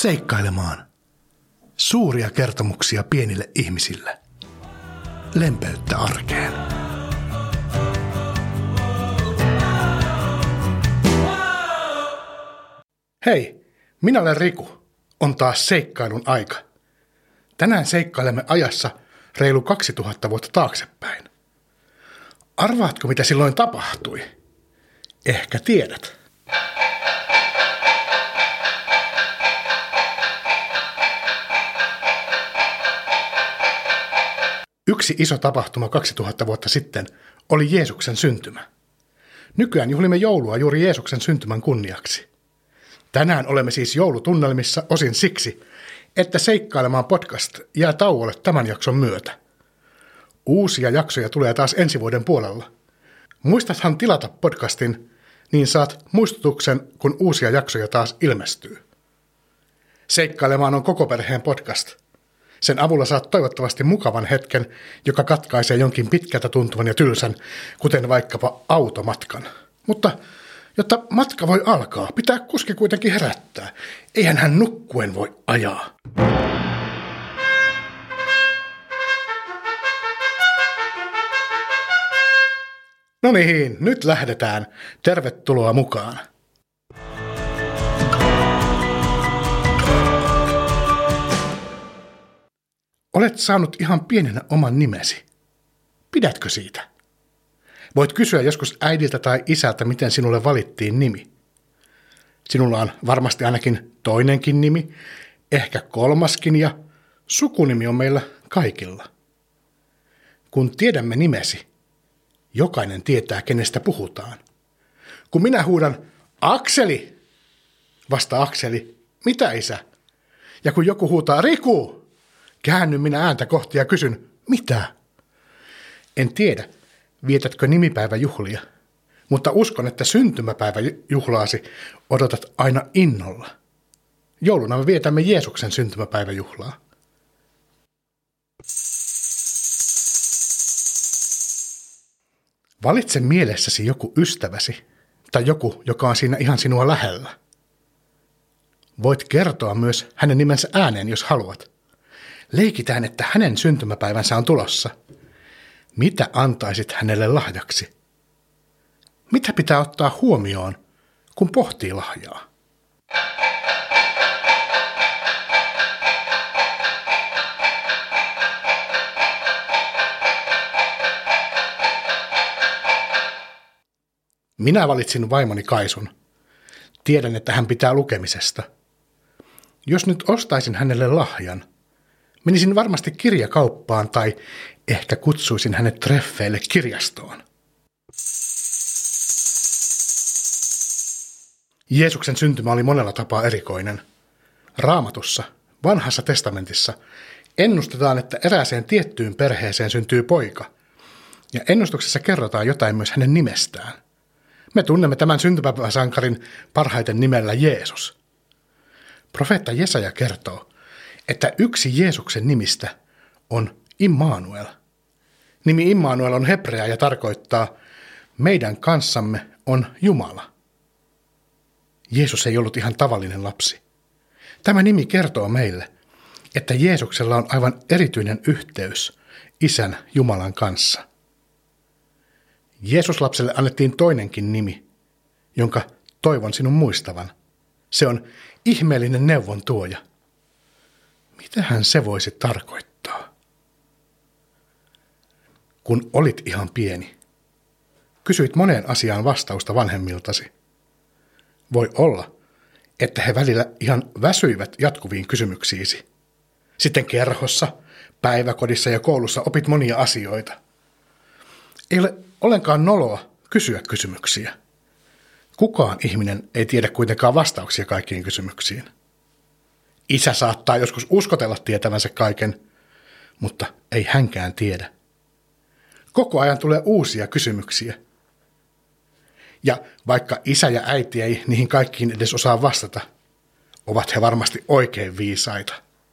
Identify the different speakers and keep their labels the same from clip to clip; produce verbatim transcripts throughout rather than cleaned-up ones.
Speaker 1: Seikkailemaan. Suuria kertomuksia pienille ihmisille. Lempeyttä arkeen. Hei, minä olen Riku. On taas seikkailun aika. Tänään seikkailemme ajassa reilu kaksituhatta vuotta taaksepäin. Arvaatko, mitä silloin tapahtui? Ehkä tiedät. Yksi iso tapahtuma kaksituhatta vuotta sitten oli Jeesuksen syntymä. Nykyään juhlimme joulua juuri Jeesuksen syntymän kunniaksi. Tänään olemme siis joulutunnelmissa osin siksi, että Seikkailemaan podcast jää tauolle tämän jakson myötä. Uusia jaksoja tulee taas ensi vuoden puolella. Muistathan tilata podcastin, niin saat muistutuksen, kun uusia jaksoja taas ilmestyy. Seikkailemaan on koko perheen podcast. Sen avulla saat toivottavasti mukavan hetken, joka katkaisee jonkin pitkältä tuntuvan ja tylsän, kuten vaikkapa automatkan. Mutta jotta matka voi alkaa, pitää kuski kuitenkin herättää. Eihän hän nukkuen voi ajaa. No niin, nyt lähdetään. Tervetuloa mukaan. Olet saanut ihan pienenä oman nimesi. Pidätkö siitä? Voit kysyä joskus äidiltä tai isältä, miten sinulle valittiin nimi. Sinulla on varmasti ainakin toinenkin nimi, ehkä kolmaskin, ja sukunimi on meillä kaikilla. Kun tiedämme nimesi, jokainen tietää, kenestä puhutaan. Kun minä huudan, Akseli, vasta Akseli, mitä isä? Ja kun joku huutaa, Riku, käännyn minä ääntä kohti ja kysyn, mitä? En tiedä, vietätkö nimipäiväjuhlia, mutta uskon, että syntymäpäiväjuhlaasi odotat aina innolla. Jouluna me vietämme Jeesuksen syntymäpäiväjuhlaa. Valitse mielessäsi joku ystäväsi tai joku, joka on siinä ihan sinua lähellä. Voit kertoa myös hänen nimensä ääneen, jos haluat. Leikitään, että hänen syntymäpäivänsä on tulossa. Mitä antaisit hänelle lahjaksi? Mitä pitää ottaa huomioon, kun pohtii lahjaa? Minä valitsin vaimoni Kaisun. Tiedän, että hän pitää lukemisesta. Jos nyt ostaisin hänelle lahjan, menisin varmasti kirjakauppaan tai ehkä kutsuisin hänet treffeille kirjastoon. Jeesuksen syntymä oli monella tapaa erikoinen. Raamatussa, vanhassa testamentissa, ennustetaan, että erääseen tiettyyn perheeseen syntyy poika. Ja ennustuksessa kerrotaan jotain myös hänen nimestään. Me tunnemme tämän syntymäpäiväsankarin parhaiten nimellä Jeesus. Profeetta Jesaja kertoo, että yksi Jeesuksen nimistä on Immanuel. Nimi Immanuel on hebrea ja tarkoittaa, meidän kanssamme on Jumala. Jeesus ei ollut ihan tavallinen lapsi. Tämä nimi kertoo meille, että Jeesuksella on aivan erityinen yhteys Isän Jumalan kanssa. Jeesuslapselle annettiin toinenkin nimi, jonka toivon sinun muistavan. Se on ihmeellinen neuvon tuoja. Mitähän se voisi tarkoittaa? Kun olit ihan pieni, kysyit moneen asiaan vastausta vanhemmiltasi. Voi olla, että he välillä ihan väsyivät jatkuviin kysymyksiisi. Sitten kerhossa, päiväkodissa ja koulussa opit monia asioita. Ei ole ollenkaan noloa kysyä kysymyksiä. Kukaan ihminen ei tiedä kuitenkaan vastauksia kaikkiin kysymyksiin. Isä saattaa joskus uskotella tietävänsä kaiken, mutta ei hänkään tiedä. Koko ajan tulee uusia kysymyksiä. Ja vaikka isä ja äiti ei niihin kaikkiin edes osaa vastata, ovat he varmasti oikein viisaita.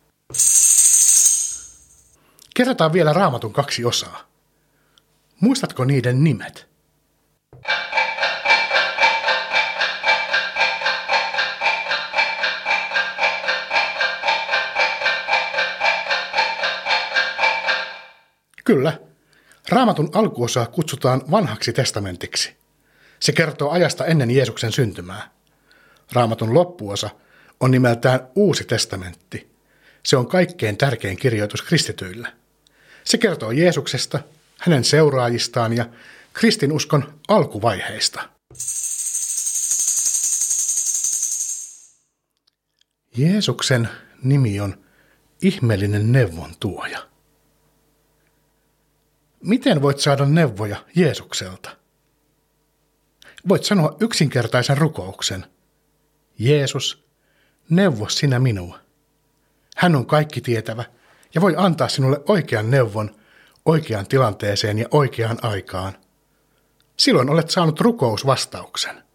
Speaker 1: Kerrotaan vielä Raamatun kaksi osaa. Muistatko niiden nimet? Kyllä, Raamatun alkuosaa kutsutaan vanhaksi testamentiksi. Se kertoo ajasta ennen Jeesuksen syntymää. Raamatun loppuosa on nimeltään Uusi testamentti. Se on kaikkein tärkein kirjoitus kristityillä. Se kertoo Jeesuksesta, hänen seuraajistaan ja kristinuskon alkuvaiheista. Jeesuksen nimi on ihmeellinen neuvon tuoja. Miten voit saada neuvoja Jeesukselta? Voit sanoa yksinkertaisen rukouksen. Jeesus, neuvo sinä minua. Hän on kaikki tietävä ja voi antaa sinulle oikean neuvon oikeaan tilanteeseen ja oikeaan aikaan. Silloin olet saanut rukousvastauksen.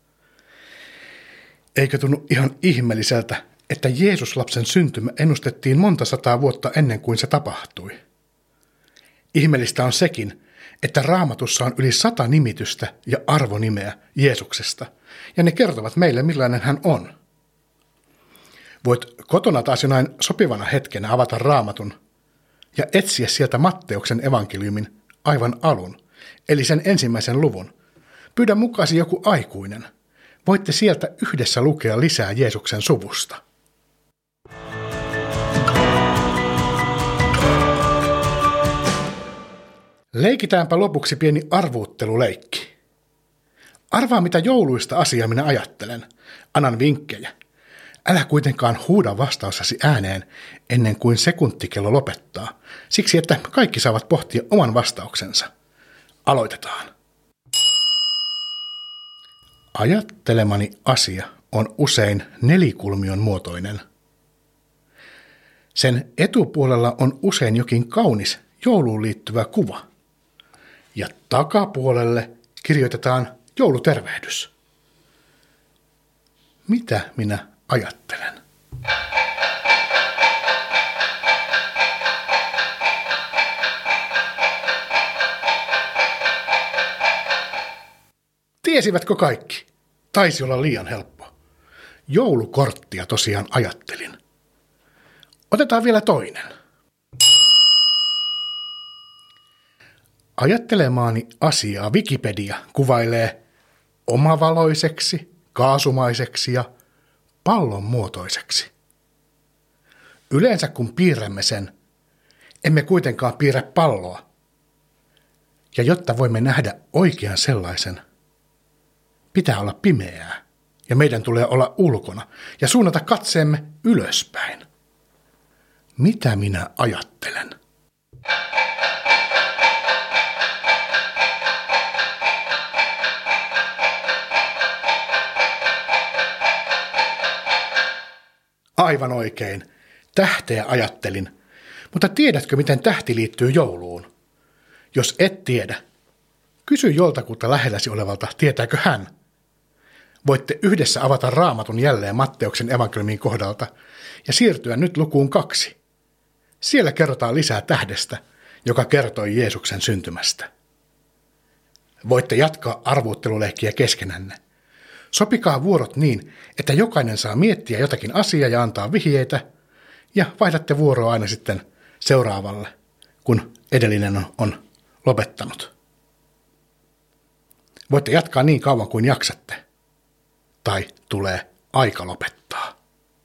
Speaker 1: Eikö tunnu ihan ihmeelliseltä, että Jeesus-lapsen syntymä ennustettiin monta sataa vuotta ennen kuin se tapahtui? Ihmeellistä on sekin, että Raamatussa on yli sata nimitystä ja arvonimeä Jeesuksesta, ja ne kertovat meille, millainen hän on. Voit kotona taas jonain sopivana hetkenä avata Raamatun ja etsiä sieltä Matteuksen evankeliumin aivan alun, eli sen ensimmäisen luvun. Pyydä mukaasi joku aikuinen. Voitte sieltä yhdessä lukea lisää Jeesuksen suvusta. Leikitäänpä lopuksi pieni arvuutteluleikki. Arvaa, mitä jouluista asiaa minä ajattelen. Annan vinkkejä. Älä kuitenkaan huuda vastaussasi ääneen ennen kuin sekuntikello lopettaa, siksi että kaikki saavat pohtia oman vastauksensa. Aloitetaan. Ajattelemani asia on usein nelikulmion muotoinen. Sen etupuolella on usein jokin kaunis jouluun liittyvä kuva. Ja takapuolelle kirjoitetaan joulutervehdys. Mitä minä ajattelen? Tiesivätkö kaikki? Taisi olla liian helppo. Joulukorttia tosiaan ajattelin. Otetaan vielä toinen. Ajattelemaani asiaa Wikipedia kuvailee omavaloiseksi, kaasumaiseksi ja pallonmuotoiseksi. Yleensä kun piirrämme sen, emme kuitenkaan piirrä palloa. Ja jotta voimme nähdä oikean sellaisen, pitää olla pimeää ja meidän tulee olla ulkona ja suunnata katseemme ylöspäin. Mitä minä ajattelen? Aivan oikein. Tähteä ajattelin. Mutta tiedätkö, miten tähti liittyy jouluun? Jos et tiedä, kysy joltakulta lähelläsi olevalta, tietääkö hän? Voitte yhdessä avata Raamatun jälleen Matteuksen evankeliumin kohdalta ja siirtyä nyt lukuun kaksi. Siellä kerrotaan lisää tähdestä, joka kertoi Jeesuksen syntymästä. Voitte jatkaa arvuutteluleikkiä keskenänne. Sopikaa vuorot niin, että jokainen saa miettiä jotakin asiaa ja antaa vihjeitä, ja vaihdatte vuoroa aina sitten seuraavalle, kun edellinen on, on lopettanut. Voitte jatkaa niin kauan kuin jaksatte, tai tulee aika lopettaa.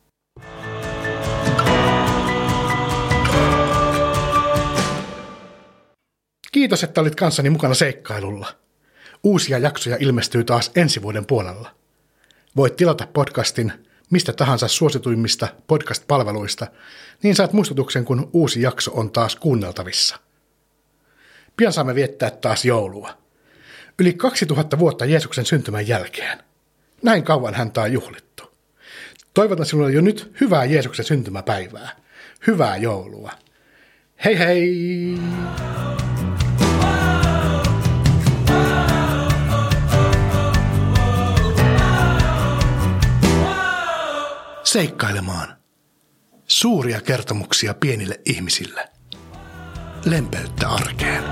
Speaker 1: Kiitos, että olit kanssani mukana seikkailulla. Uusia jaksoja ilmestyy taas ensi vuoden puolella. Voit tilata podcastin mistä tahansa suosituimmista podcast-palveluista, niin saat muistutuksen, kun uusi jakso on taas kuunneltavissa. Pian saamme viettää taas joulua. Yli kaksituhatta vuotta Jeesuksen syntymän jälkeen. Näin kauan häntä on juhlittu. Toivotan sinulle jo nyt hyvää Jeesuksen syntymäpäivää. Hyvää joulua. Hei hei! Seikkailemaan. Suuria kertomuksia pienille ihmisille. Lempeyttä arkeen.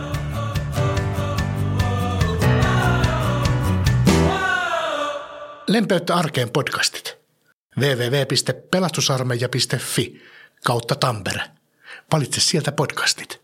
Speaker 1: Lempeyttä arkeen podcastit. double-u double-u double-u piste pelastusarmeija piste fi kautta Tampere. Valitse sieltä podcastit.